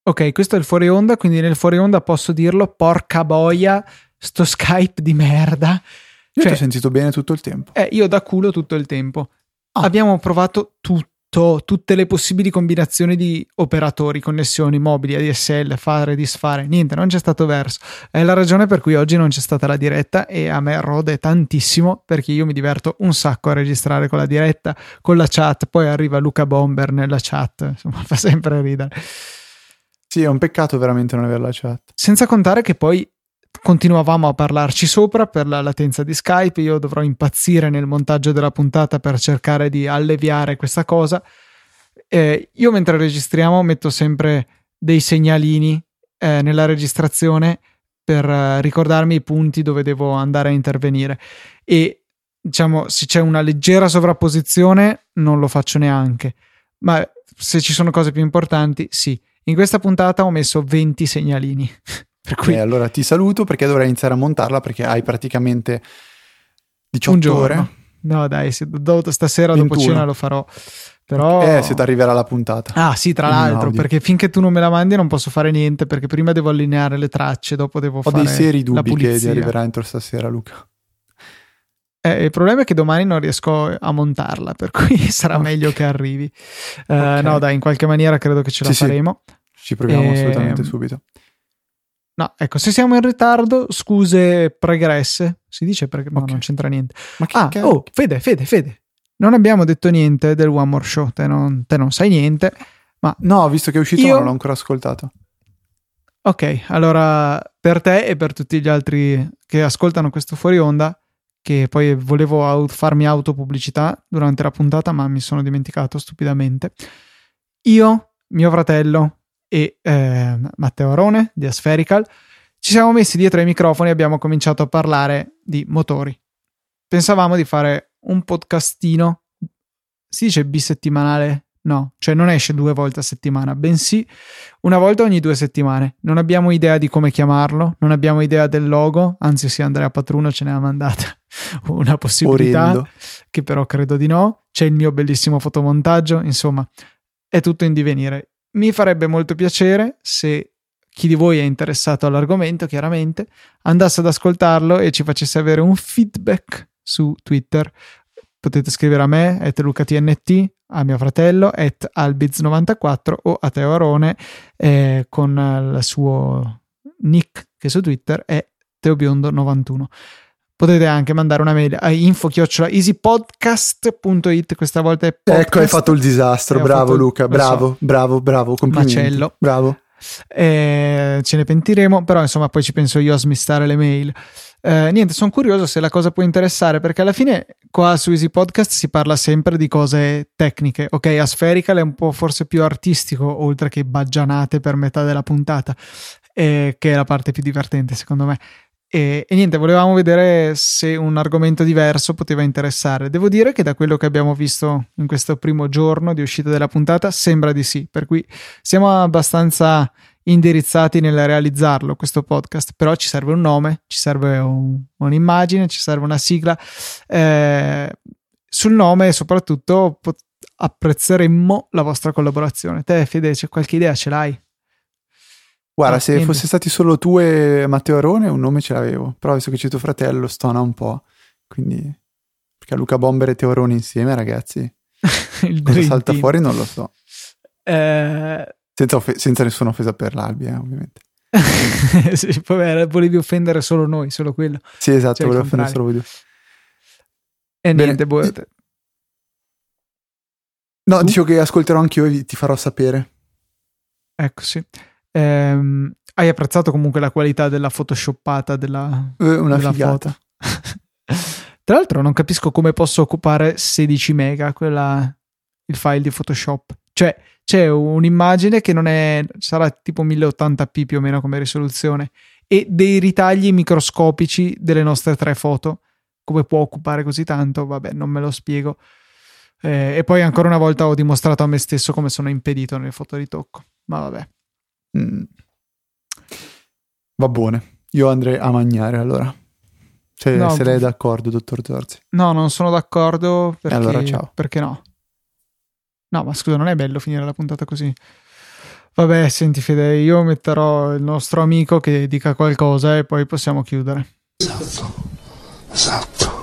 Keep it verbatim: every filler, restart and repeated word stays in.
Ok, questo è il fuori onda, quindi nel fuori onda posso dirlo, porca boia, sto Skype di merda. Io Cioè, ti ho sentito bene tutto il tempo. Eh, io da culo tutto il tempo. Ah. Abbiamo provato tutto, tutte le possibili combinazioni di operatori, connessioni, mobili, A D S L, fare, disfare, niente, non c'è stato verso. È la ragione per cui oggi non c'è stata la diretta e a me rode tantissimo, perché io mi diverto un sacco a registrare con la diretta, con la chat, poi arriva Luca Bomber nella chat, insomma fa sempre ridere. Sì, è un peccato veramente non avere la chat. Senza contare che poi continuavamo a parlarci sopra per la latenza di Skype. Io dovrò impazzire nel montaggio della puntata per cercare di alleviare questa cosa. Eh, io mentre registriamo metto sempre dei segnalini eh, nella registrazione per eh, ricordarmi i punti dove devo andare a intervenire, e diciamo se c'è una leggera sovrapposizione non lo faccio neanche, ma se ci sono cose più importanti sì. In questa puntata ho messo venti segnalini. Per cui... E allora ti saluto perché dovrei iniziare a montarla perché hai praticamente diciotto un giorno. ore. No dai, se, do, stasera ventuno. Dopo cena lo farò. Però... Eh, se ti arriverà la puntata. Ah sì, tra l'altro, perché finché tu non me la mandi non posso fare niente, perché prima devo allineare le tracce, dopo devo Ho fare dei seri la dubbi pulizia. che ti arriverà entro stasera, Luca. Eh, il problema è che domani non riesco a montarla, per cui sarà okay. meglio che arrivi. Uh, okay. No dai, in qualche maniera credo che ce la sì, faremo. Sì. Ci proviamo e... assolutamente subito. No, ecco, se siamo in ritardo, scuse pregresse. Si dice perché no, okay. non c'entra niente. Ma che ah, che... oh, Fede, Fede, Fede. Non abbiamo detto niente del One More Show, te non, te non sai niente. Ma no, visto che è uscito io... non l'ho ancora ascoltato. Ok, allora per te e per tutti gli altri che ascoltano questo fuori onda, che poi volevo aut- farmi autopubblicità durante la puntata, ma mi sono dimenticato stupidamente. Io, mio fratello e eh, Matteo Arone di Aspherical ci siamo messi dietro ai microfoni e abbiamo cominciato a parlare di motori. Pensavamo di fare un podcastino, si dice bisettimanale? No, cioè non esce due volte a settimana, bensì una volta ogni due settimane. Non abbiamo idea di come chiamarlo, non abbiamo idea del logo, anzi sì, Andrea Patruno ce ne ha mandata una possibilità, Orrendo. che però credo di no. C'è il mio bellissimo fotomontaggio, insomma è tutto in divenire. Mi farebbe molto piacere se chi di voi è interessato all'argomento, chiaramente, andasse ad ascoltarlo e ci facesse avere un feedback su Twitter. Potete scrivere a me, at lucatnt, a mio fratello, at albiz novantaquattro, o a Teo Arone eh, con il suo nick che su Twitter è teobiondo novantuno. Potete anche mandare una mail a info chiocciola easypodcast punto it. Questa volta è podcast. Ecco, hai fatto il disastro. Eh, bravo fatto, Luca, bravo, so, bravo, bravo, complimenti. Macello. Bravo. Eh, ce ne pentiremo, però insomma poi ci penso io a smistare le mail. Eh, niente, sono curioso se la cosa può interessare, perché alla fine qua su Easy Podcast si parla sempre di cose tecniche. Ok, Aspherical è un po' forse più artistico, oltre che baggianate per metà della puntata, eh, che è la parte più divertente secondo me. E, e niente, volevamo vedere se un argomento diverso poteva interessare. Devo dire che da quello che abbiamo visto in questo primo giorno di uscita della puntata sembra di sì, per cui siamo abbastanza indirizzati nel realizzarlo questo podcast. Però ci serve un nome, ci serve un, un'immagine, ci serve una sigla. Eh, sul nome soprattutto pot- apprezzeremmo la vostra collaborazione. Te Fede, c'è qualche idea, ce l'hai? Guarda, Ah, se niente. fosse stati solo tu e Matteo Arone un nome ce l'avevo, però visto che c'è tuo fratello stona un po', quindi perché Luca Bomber e Teo Arone insieme, ragazzi, il cosa salta team. fuori non lo so. Eh... Senza, off- senza nessuna offesa per l'Albi, eh, ovviamente. Sì, poi volevi offendere solo noi, solo quello. Sì, esatto, cioè, volevo offendere solo voi due. E Bene. niente, boh. No, Tu? dicevo che ascolterò anch'io e ti farò sapere. Ecco, sì. Ehm, hai apprezzato comunque la qualità della photoshoppata della, Eh, una della figata. foto. Tra l'altro non capisco come possa occupare sedici mega quella, il file di Photoshop. Cioè c'è un'immagine che non è, sarà tipo mille ottanta p più o meno come risoluzione, e dei ritagli microscopici delle nostre tre foto. Come può occupare così tanto? Vabbè, non me lo spiego. Eh, e poi ancora una volta ho dimostrato a me stesso come sono impedito nelle fotoritocco. Ma vabbè. Mm. Va buone, io andrei a mangiare allora. Cioè, No, se lei è d'accordo, dottor Zorzi. No, non sono d'accordo perché, allora, ciao. perché no? No, ma scusa, non è bello finire la puntata così. Vabbè, senti Fede, io metterò il nostro amico che dica qualcosa e poi possiamo chiudere. Esatto, esatto.